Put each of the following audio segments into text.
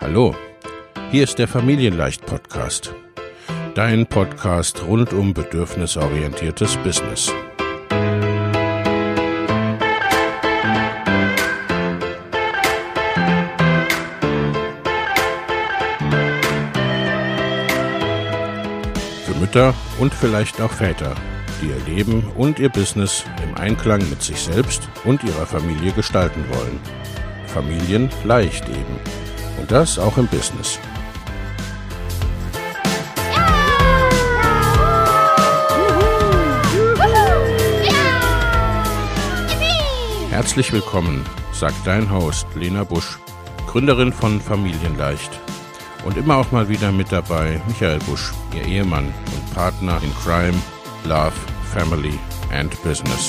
Hallo, hier ist der Familienleicht-Podcast. Dein Podcast rund um bedürfnisorientiertes Business. Für Mütter und vielleicht auch Väter, die ihr Leben und ihr Business im Einklang mit sich selbst und ihrer Familie gestalten wollen. Familien leicht eben. Und das auch im Business. Herzlich willkommen, sagt dein Host Lena Busch, Gründerin von Familienleicht. Und immer auch mal wieder mit dabei Michael Busch, ihr Ehemann und Partner in Crime, Love, Family and Business.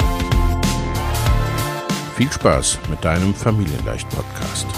Viel Spaß mit deinem Familienleicht-Podcast.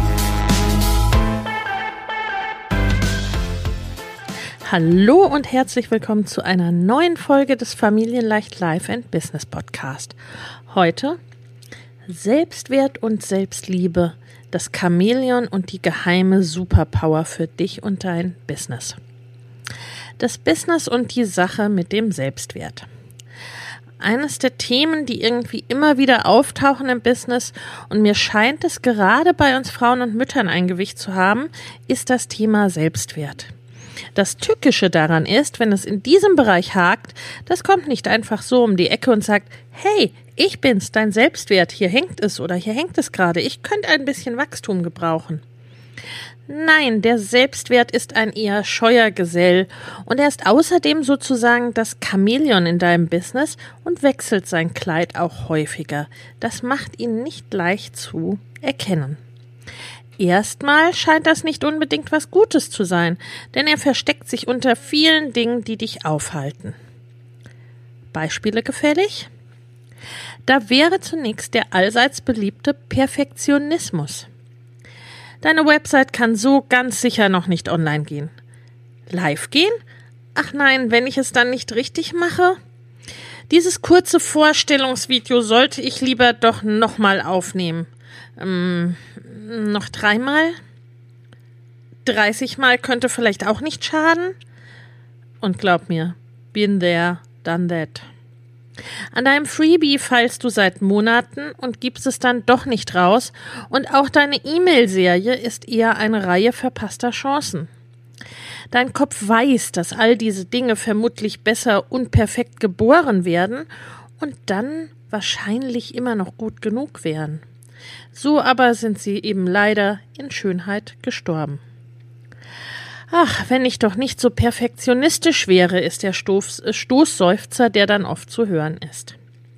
Hallo und herzlich willkommen zu einer neuen Folge des Familienleicht Life and Business Podcast. Heute Selbstwert und Selbstliebe, das Chamäleon und die geheime Superpower für dich und dein Business. Das Business und die Sache mit dem Selbstwert. Eines der Themen, die irgendwie immer wieder auftauchen im Business, und mir scheint es gerade bei uns Frauen und Müttern ein Gewicht zu haben, ist das Thema Selbstwert. Das Tückische daran ist, wenn es in diesem Bereich hakt, das kommt nicht einfach so um die Ecke und sagt, hey, ich bin's, dein Selbstwert, hier hängt es oder hier hängt es gerade, ich könnte ein bisschen Wachstum gebrauchen. Nein, der Selbstwert ist ein eher scheuer Gesell und er ist außerdem sozusagen das Chamäleon in deinem Business und wechselt sein Kleid auch häufiger. Das macht ihn nicht leicht zu erkennen. Erstmal scheint das nicht unbedingt was Gutes zu sein, denn er versteckt sich unter vielen Dingen, die dich aufhalten. Beispiele gefällig? Da wäre zunächst der allseits beliebte Perfektionismus. Deine Website kann so ganz sicher noch nicht online gehen. Live gehen? Ach nein, wenn ich es dann nicht richtig mache? Dieses kurze Vorstellungsvideo sollte ich lieber doch nochmal aufnehmen. Noch 3 Mal? 30 Mal könnte vielleicht auch nicht schaden? Und glaub mir, been there, done that. An deinem Freebie feilst du seit Monaten und gibst es dann doch nicht raus und auch deine E-Mail-Serie ist eher eine Reihe verpasster Chancen. Dein Kopf weiß, dass all diese Dinge vermutlich besser und perfekt geboren werden und dann wahrscheinlich immer noch gut genug wären. So aber sind sie eben leider in Schönheit gestorben. Ach, wenn ich doch nicht so perfektionistisch wäre, ist der Stoßseufzer, der dann oft zu hören ist.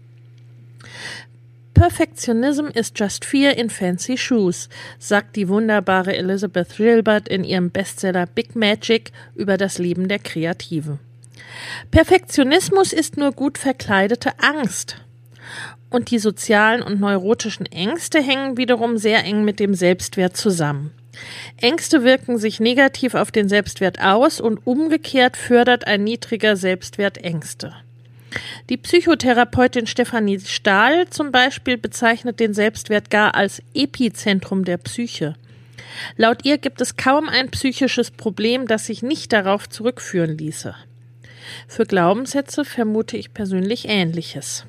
Perfectionism is just fear in fancy shoes, sagt die wunderbare Elizabeth Gilbert in ihrem Bestseller Big Magic über das Leben der Kreativen. Perfektionismus ist nur gut verkleidete Angst. Und die sozialen und neurotischen Ängste hängen wiederum sehr eng mit dem Selbstwert zusammen. Ängste wirken sich negativ auf den Selbstwert aus und umgekehrt fördert ein niedriger Selbstwert Ängste. Die Psychotherapeutin Stefanie Stahl zum Beispiel bezeichnet den Selbstwert gar als Epizentrum der Psyche. Laut ihr gibt es kaum ein psychisches Problem, das sich nicht darauf zurückführen ließe. Für Glaubenssätze vermute ich persönlich Ähnliches.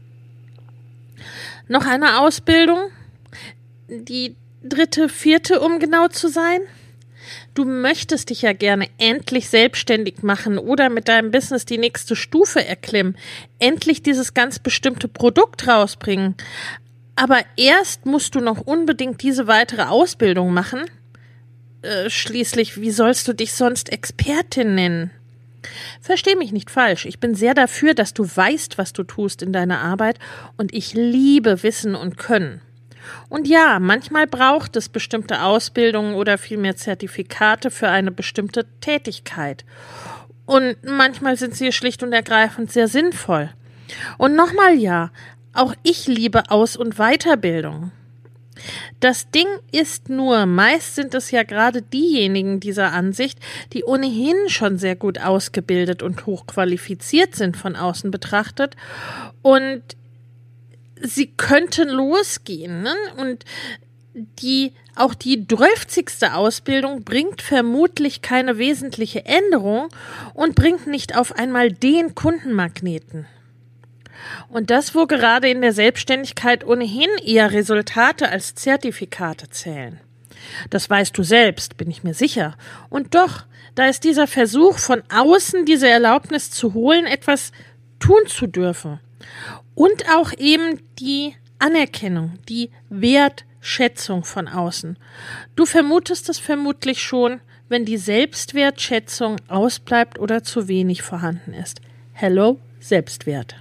Noch eine Ausbildung? Die 3., 4., um genau zu sein? Du möchtest dich ja gerne endlich selbstständig machen oder mit deinem Business die nächste Stufe erklimmen, endlich dieses ganz bestimmte Produkt rausbringen. Aber erst musst du noch unbedingt diese weitere Ausbildung machen. Schließlich, wie sollst du dich sonst Expertin nennen? Versteh mich nicht falsch, ich bin sehr dafür, dass du weißt, was du tust in deiner Arbeit und ich liebe Wissen und Können. Und ja, manchmal braucht es bestimmte Ausbildungen oder vielmehr Zertifikate für eine bestimmte Tätigkeit. Und manchmal sind sie schlicht und ergreifend sehr sinnvoll. Und nochmal ja, auch ich liebe Aus- und Weiterbildung. Das Ding ist nur, meist sind es ja gerade diejenigen dieser Ansicht, die ohnehin schon sehr gut ausgebildet und hochqualifiziert sind von außen betrachtet und sie könnten losgehen, ne? Und die Auch die 12. Ausbildung bringt vermutlich keine wesentliche Änderung und bringt nicht auf einmal den Kundenmagneten. Und das, wo gerade in der Selbstständigkeit ohnehin eher Resultate als Zertifikate zählen. Das weißt du selbst, bin ich mir sicher. Und doch, da ist dieser Versuch von außen, diese Erlaubnis zu holen, etwas tun zu dürfen. Und auch eben die Anerkennung, die Wertschätzung von außen. Du vermutest es vermutlich schon, wenn die Selbstwertschätzung ausbleibt oder zu wenig vorhanden ist. Hello, Selbstwert.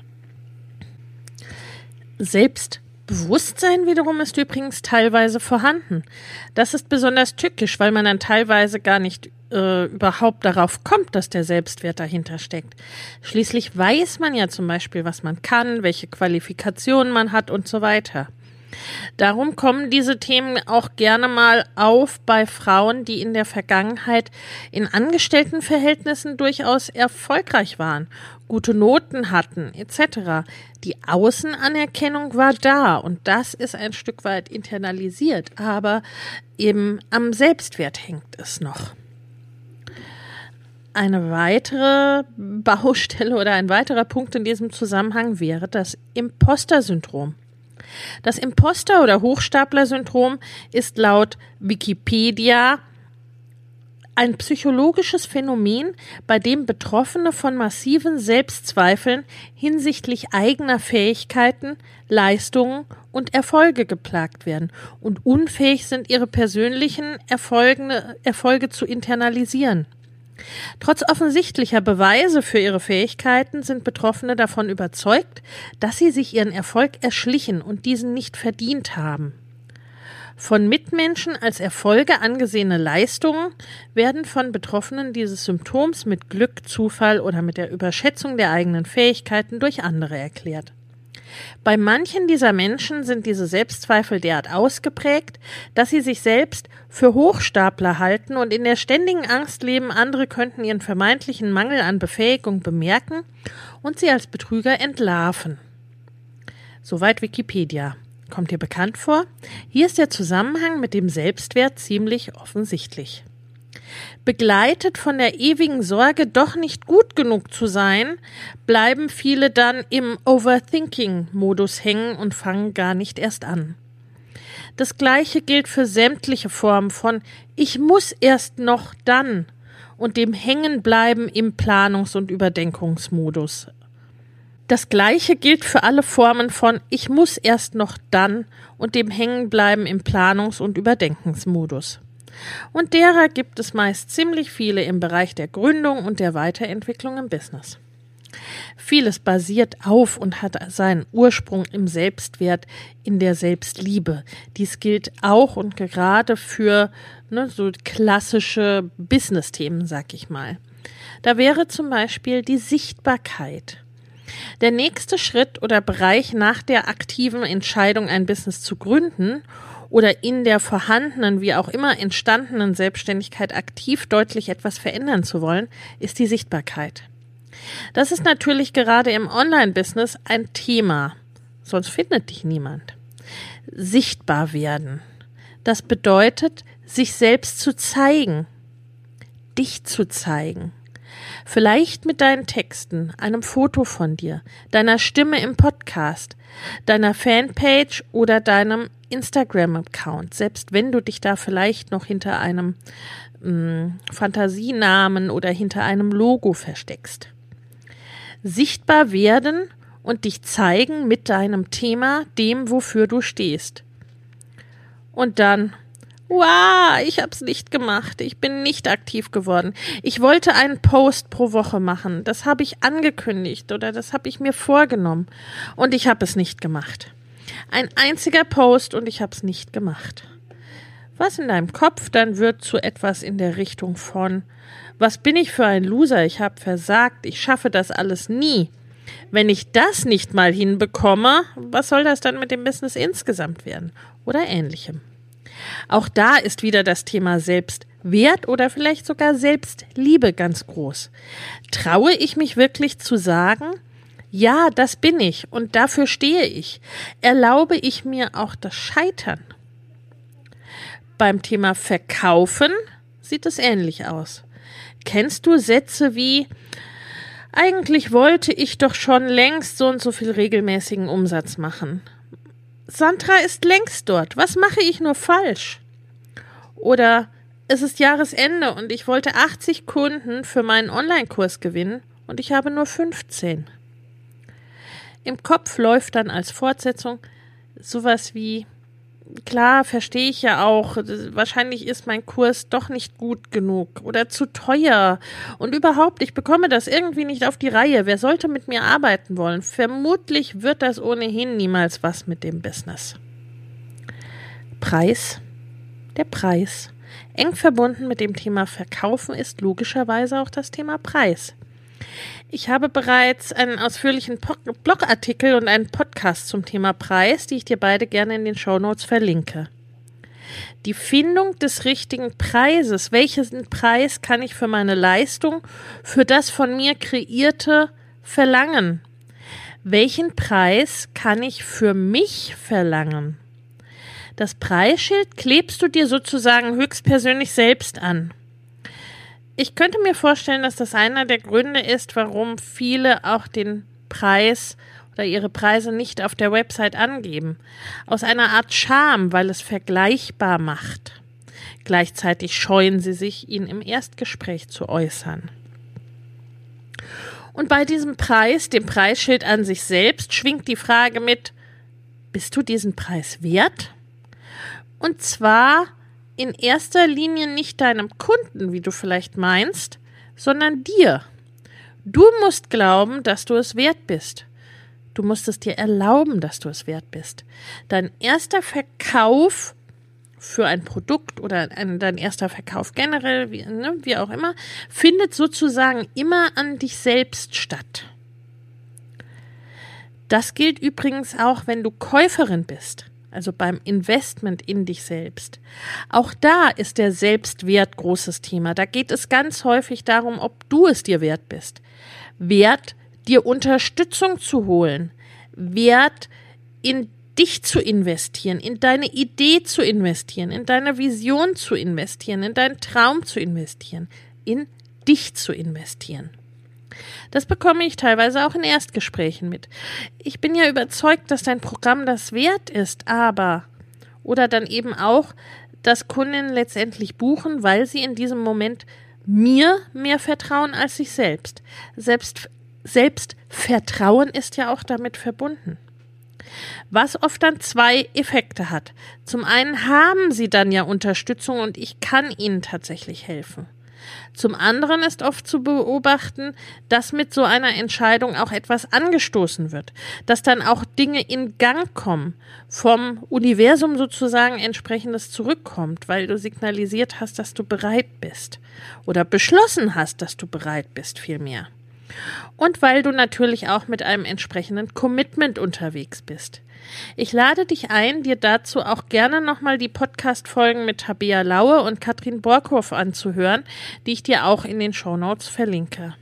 Selbstbewusstsein wiederum ist übrigens teilweise vorhanden. Das ist besonders tückisch, weil man dann teilweise gar nicht überhaupt darauf kommt, dass der Selbstwert dahinter steckt. Schließlich weiß man ja zum Beispiel, was man kann, welche Qualifikationen man hat und so weiter. Darum kommen diese Themen auch gerne mal auf bei Frauen, die in der Vergangenheit in Angestelltenverhältnissen durchaus erfolgreich waren, gute Noten hatten etc. Die Außenanerkennung war da und das ist ein Stück weit internalisiert, aber eben am Selbstwert hängt es noch. Eine weitere Baustelle oder ein weiterer Punkt in diesem Zusammenhang wäre das Imposter-Syndrom. Das Imposter- oder Hochstapler-Syndrom ist laut Wikipedia ein psychologisches Phänomen, bei dem Betroffene von massiven Selbstzweifeln hinsichtlich eigener Fähigkeiten, Leistungen und Erfolge geplagt werden und unfähig sind, ihre persönlichen Erfolge zu internalisieren. Trotz offensichtlicher Beweise für ihre Fähigkeiten sind Betroffene davon überzeugt, dass sie sich ihren Erfolg erschlichen und diesen nicht verdient haben. Von Mitmenschen als Erfolge angesehene Leistungen werden von Betroffenen dieses Symptoms mit Glück, Zufall oder mit der Überschätzung der eigenen Fähigkeiten durch andere erklärt. Bei manchen dieser Menschen sind diese Selbstzweifel derart ausgeprägt, dass sie sich selbst für Hochstapler halten und in der ständigen Angst leben, andere könnten ihren vermeintlichen Mangel an Befähigung bemerken und sie als Betrüger entlarven. Soweit Wikipedia. Kommt dir bekannt vor? Hier ist der Zusammenhang mit dem Selbstwert ziemlich offensichtlich. Begleitet von der ewigen Sorge, doch nicht gut genug zu sein, bleiben viele dann im Overthinking-Modus hängen und fangen gar nicht erst an. Das Gleiche gilt für sämtliche Formen von Ich muss erst noch dann und dem Hängenbleiben im Planungs- und Überdenkungsmodus. Das Gleiche gilt für alle Formen von Ich muss erst noch dann und dem Hängenbleiben im Planungs- und Überdenkungsmodus. Und derer gibt es meist ziemlich viele im Bereich der Gründung und der Weiterentwicklung im Business. Vieles basiert auf und hat seinen Ursprung im Selbstwert, in der Selbstliebe. Dies gilt auch und gerade für so klassische Business-Themen, sag ich mal. Da wäre zum Beispiel die Sichtbarkeit. Der nächste Schritt oder Bereich nach der aktiven Entscheidung, ein Business zu gründen oder in der vorhandenen, wie auch immer entstandenen Selbstständigkeit aktiv deutlich etwas verändern zu wollen, ist die Sichtbarkeit. Das ist natürlich gerade im Online-Business ein Thema, sonst findet dich niemand. Sichtbar werden. Das bedeutet, sich selbst zu zeigen, dich zu zeigen. Vielleicht mit deinen Texten, einem Foto von dir, deiner Stimme im Podcast, deiner Fanpage oder deinem Instagram-Account, selbst wenn du dich da vielleicht noch hinter einem Fantasienamen oder hinter einem Logo versteckst. Sichtbar werden und dich zeigen mit deinem Thema, dem, wofür du stehst. Und dann wow, ich hab's nicht gemacht. Ich bin nicht aktiv geworden. Ich wollte einen Post pro Woche machen. Das habe ich angekündigt oder das habe ich mir vorgenommen. Und ich habe es nicht gemacht. Ein einziger Post und ich habe es nicht gemacht. Was in deinem Kopf dann wird zu etwas in der Richtung von was bin ich für ein Loser? Ich habe versagt. Ich schaffe das alles nie. Wenn ich das nicht mal hinbekomme, was soll das dann mit dem Business insgesamt werden? Oder Ähnlichem. Auch da ist wieder das Thema Selbstwert oder vielleicht sogar Selbstliebe ganz groß. Traue ich mich wirklich zu sagen, ja, das bin ich und dafür stehe ich? Erlaube ich mir auch das Scheitern? Beim Thema Verkaufen sieht es ähnlich aus. Kennst du Sätze wie: Eigentlich wollte ich doch schon längst so und so viel regelmäßigen Umsatz machen. Sandra ist längst dort. Was mache ich nur falsch? Oder: Es ist Jahresende und ich wollte 80 Kunden für meinen Online-Kurs gewinnen und ich habe nur 15. Im Kopf läuft dann als Fortsetzung sowas wie: Klar, verstehe ich ja auch, wahrscheinlich ist mein Kurs doch nicht gut genug oder zu teuer und überhaupt, ich bekomme das irgendwie nicht auf die Reihe. Wer sollte mit mir arbeiten wollen? Vermutlich wird das ohnehin niemals was mit dem Business. Preis. Der Preis. Eng verbunden mit dem Thema Verkaufen ist logischerweise auch das Thema Preis. Ich habe bereits einen ausführlichen Blogartikel und einen Podcast zum Thema Preis, die ich dir beide gerne in den Shownotes verlinke. Die Findung des richtigen Preises, welchen Preis kann ich für meine Leistung, für das von mir Kreierte verlangen? Welchen Preis kann ich für mich verlangen? Das Preisschild klebst du dir sozusagen höchstpersönlich selbst an. Ich könnte mir vorstellen, dass das einer der Gründe ist, warum viele auch den Preis oder ihre Preise nicht auf der Website angeben. Aus einer Art Scham, weil es vergleichbar macht. Gleichzeitig scheuen sie sich, ihn im Erstgespräch zu äußern. Und bei diesem Preis, dem Preisschild an sich selbst, schwingt die Frage mit: Bist du diesen Preis wert? Und zwar in erster Linie nicht deinem Kunden, wie du vielleicht meinst, sondern dir. Du musst glauben, dass du es wert bist. Du musst es dir erlauben, dass du es wert bist. Dein erster Verkauf für ein Produkt oder dein erster Verkauf generell, wie auch immer, findet sozusagen immer an dich selbst statt. Das gilt übrigens auch, wenn du Käuferin bist. Also beim Investment in dich selbst. Auch da ist der Selbstwert großes Thema. Da geht es ganz häufig darum, ob du es dir wert bist. Wert, dir Unterstützung zu holen. Wert, in dich zu investieren, in deine Idee zu investieren, in deine Vision zu investieren, in deinen Traum zu investieren, in dich zu investieren. Das bekomme ich teilweise auch in Erstgesprächen mit. Ich bin ja überzeugt, dass dein Programm das wert ist, aber oder dann eben auch, dass Kundinnen letztendlich buchen, weil sie in diesem Moment mir mehr vertrauen als sich selbst. Selbstvertrauen ist ja auch damit verbunden. Was oft dann zwei Effekte hat. Zum einen haben sie dann ja Unterstützung und ich kann ihnen tatsächlich helfen. Zum anderen ist oft zu beobachten, dass mit so einer Entscheidung auch etwas angestoßen wird, dass dann auch Dinge in Gang kommen, vom Universum sozusagen entsprechendes zurückkommt, weil du signalisiert hast, dass du bereit bist oder beschlossen hast, dass du bereit bist vielmehr. Und weil du natürlich auch mit einem entsprechenden Commitment unterwegs bist. Ich lade dich ein, dir dazu auch gerne nochmal die Podcast-Folgen mit Tabea Laue und Katrin Borkhoff anzuhören, die ich dir auch in den Shownotes verlinke.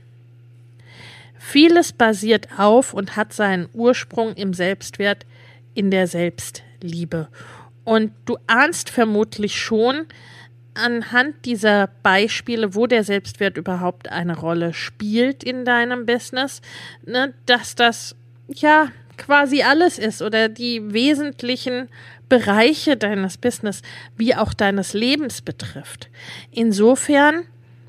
Vieles basiert auf und hat seinen Ursprung im Selbstwert, in der Selbstliebe. Und du ahnst vermutlich schon anhand dieser Beispiele, wo der Selbstwert überhaupt eine Rolle spielt in deinem Business, dass das ja quasi alles ist oder die wesentlichen Bereiche deines Business wie auch deines Lebens betrifft. Insofern,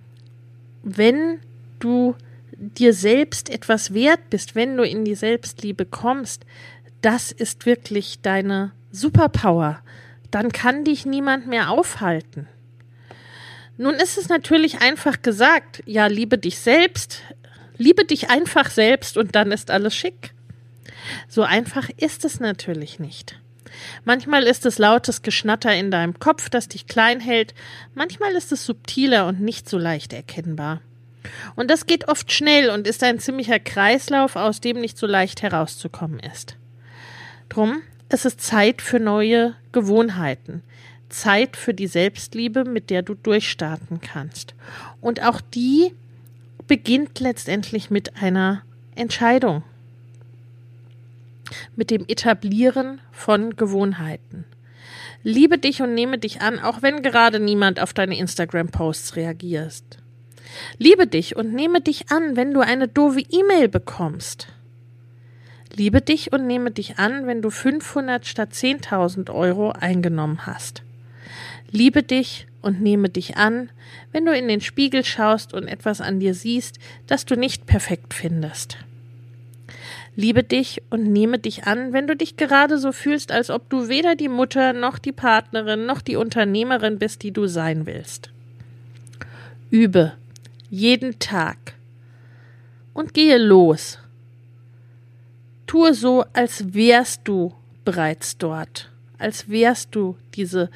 wenn du dir selbst etwas wert bist, wenn du in die Selbstliebe kommst, das ist wirklich deine Superpower. Dann kann dich niemand mehr aufhalten. Nun ist es natürlich einfach gesagt, ja, liebe dich selbst, liebe dich einfach selbst und dann ist alles schick. So einfach ist es natürlich nicht. Manchmal ist es lautes Geschnatter in deinem Kopf, das dich klein hält, manchmal ist es subtiler und nicht so leicht erkennbar. Und das geht oft schnell und ist ein ziemlicher Kreislauf, aus dem nicht so leicht herauszukommen ist. Drum, es ist Zeit für neue Gewohnheiten. Zeit für die Selbstliebe, mit der du durchstarten kannst. Und auch die beginnt letztendlich mit einer Entscheidung. Mit dem Etablieren von Gewohnheiten. Liebe dich und nehme dich an, auch wenn gerade niemand auf deine Instagram-Posts reagiert. Liebe dich und nehme dich an, wenn du eine doofe E-Mail bekommst. Liebe dich und nehme dich an, wenn du 500 statt 10.000 Euro eingenommen hast. Liebe dich und nehme dich an, wenn du in den Spiegel schaust und etwas an dir siehst, das du nicht perfekt findest. Liebe dich und nehme dich an, wenn du dich gerade so fühlst, als ob du weder die Mutter noch die Partnerin noch die Unternehmerin bist, die du sein willst. Übe jeden Tag und gehe los. Tue so, als wärst du bereits dort, als wärst du diese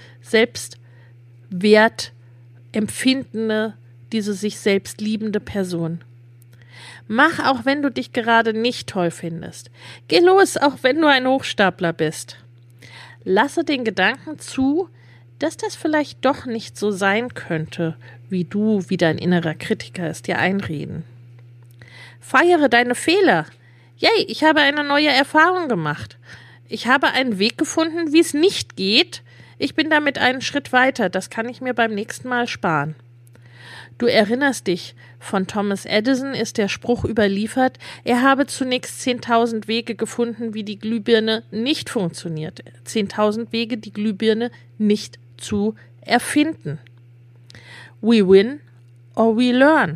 selbstwertempfindende, diese sich selbst liebende Person. Mach, auch wenn du dich gerade nicht toll findest. Geh los, auch wenn du ein Hochstapler bist. Lasse den Gedanken zu, dass das vielleicht doch nicht so sein könnte, wie dein innerer Kritiker es dir einreden. Feiere deine Fehler. Yay, ich habe eine neue Erfahrung gemacht. Ich habe einen Weg gefunden, wie es nicht geht. Ich bin damit einen Schritt weiter. Das kann ich mir beim nächsten Mal sparen. Du erinnerst dich, von Thomas Edison ist der Spruch überliefert, er habe zunächst 10.000 Wege gefunden, wie die Glühbirne nicht funktioniert. 10.000 Wege, die Glühbirne nicht zu erfinden. We win or we learn.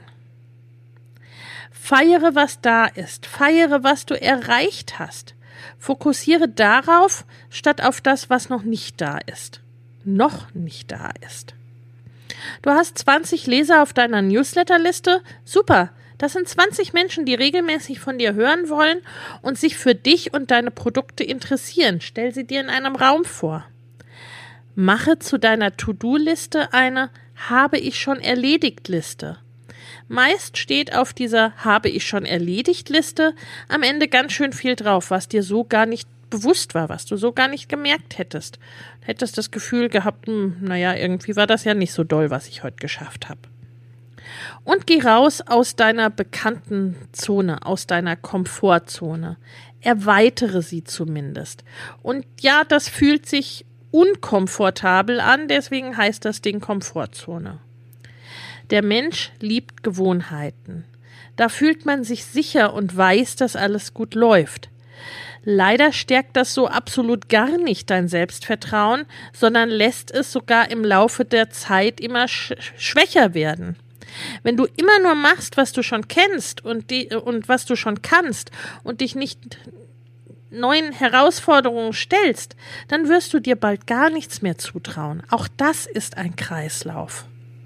Feiere, was da ist. Feiere, was du erreicht hast. Fokussiere darauf, statt auf das, was noch nicht da ist. Noch nicht da ist. Du hast 20 Leser auf deiner Newsletterliste? Super, das sind 20 Menschen, die regelmäßig von dir hören wollen und sich für dich und deine Produkte interessieren. Stell sie dir in einem Raum vor. Mache zu deiner To-Do-Liste eine Habe-ich-schon-erledigt-Liste. Meist steht auf dieser Habe-ich-schon-erledigt-Liste am Ende ganz schön viel drauf, was dir so gar nicht bewusst war, was du so gar nicht gemerkt hättest. Hättest das Gefühl gehabt, irgendwie war das ja nicht so doll, was ich heute geschafft habe. Und geh raus aus deiner bekannten Zone, aus deiner Komfortzone. Erweitere sie zumindest. Und ja, das fühlt sich unkomfortabel an, deswegen heißt das Ding Komfortzone. Der Mensch liebt Gewohnheiten. Da fühlt man sich sicher und weiß, dass alles gut läuft. Leider stärkt das so absolut gar nicht dein Selbstvertrauen, sondern lässt es sogar im Laufe der Zeit immer schwächer werden. Wenn du immer nur machst, was du schon kennst und was du schon kannst und dich nicht neuen Herausforderungen stellst, dann wirst du dir bald gar nichts mehr zutrauen. Auch das ist ein Kreislauf.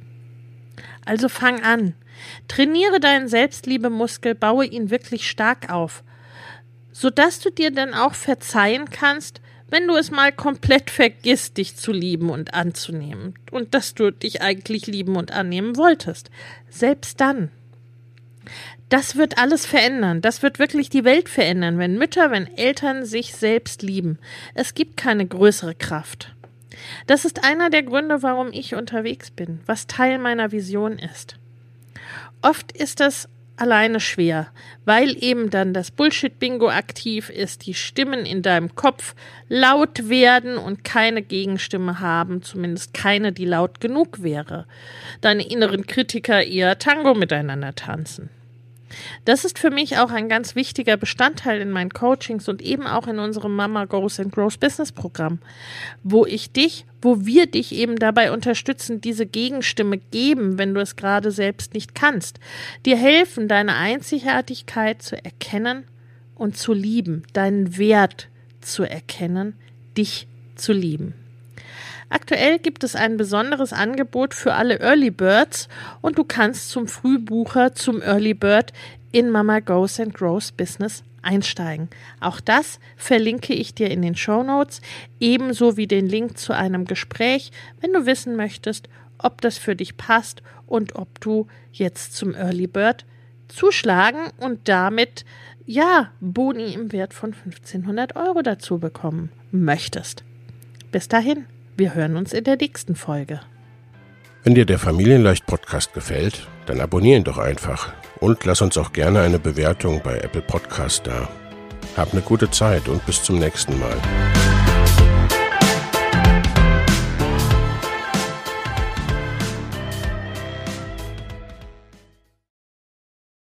Also fang an. Trainiere deinen Selbstliebemuskel, baue ihn wirklich stark auf, sodass du dir dann auch verzeihen kannst, wenn du es mal komplett vergisst, dich zu lieben und anzunehmen und dass du dich eigentlich lieben und annehmen wolltest. Selbst dann. Das wird alles verändern. Das wird wirklich die Welt verändern, wenn Mütter, wenn Eltern sich selbst lieben. Es gibt keine größere Kraft. Das ist einer der Gründe, warum ich unterwegs bin, was Teil meiner Vision ist. Oft ist das alleine schwer, weil eben dann das Bullshit-Bingo aktiv ist, die Stimmen in deinem Kopf laut werden und keine Gegenstimme haben, zumindest keine, die laut genug wäre. Deine inneren Kritiker eher Tango miteinander tanzen. Das ist für mich auch ein ganz wichtiger Bestandteil in meinen Coachings und eben auch in unserem Mama Goes and Grows Business Programm, wo wir dich eben dabei unterstützen, diese Gegenstimme geben, wenn du es gerade selbst nicht kannst, dir helfen, deine Einzigartigkeit zu erkennen und zu lieben, deinen Wert zu erkennen, dich zu lieben. Aktuell gibt es ein besonderes Angebot für alle Early Birds und du kannst zum Frühbucher, zum Early Bird in Mama Goes and Grows Business einsteigen. Auch das verlinke ich dir in den Shownotes, ebenso wie den Link zu einem Gespräch, wenn du wissen möchtest, ob das für dich passt und ob du jetzt zum Early Bird zuschlagen und damit Boni im Wert von 1.500 € dazu bekommen möchtest. Bis dahin. Wir hören uns in der nächsten Folge. Wenn dir der Familienleicht-Podcast gefällt, dann abonnier ihn doch einfach und lass uns auch gerne eine Bewertung bei Apple Podcast da. Hab eine gute Zeit und bis zum nächsten Mal.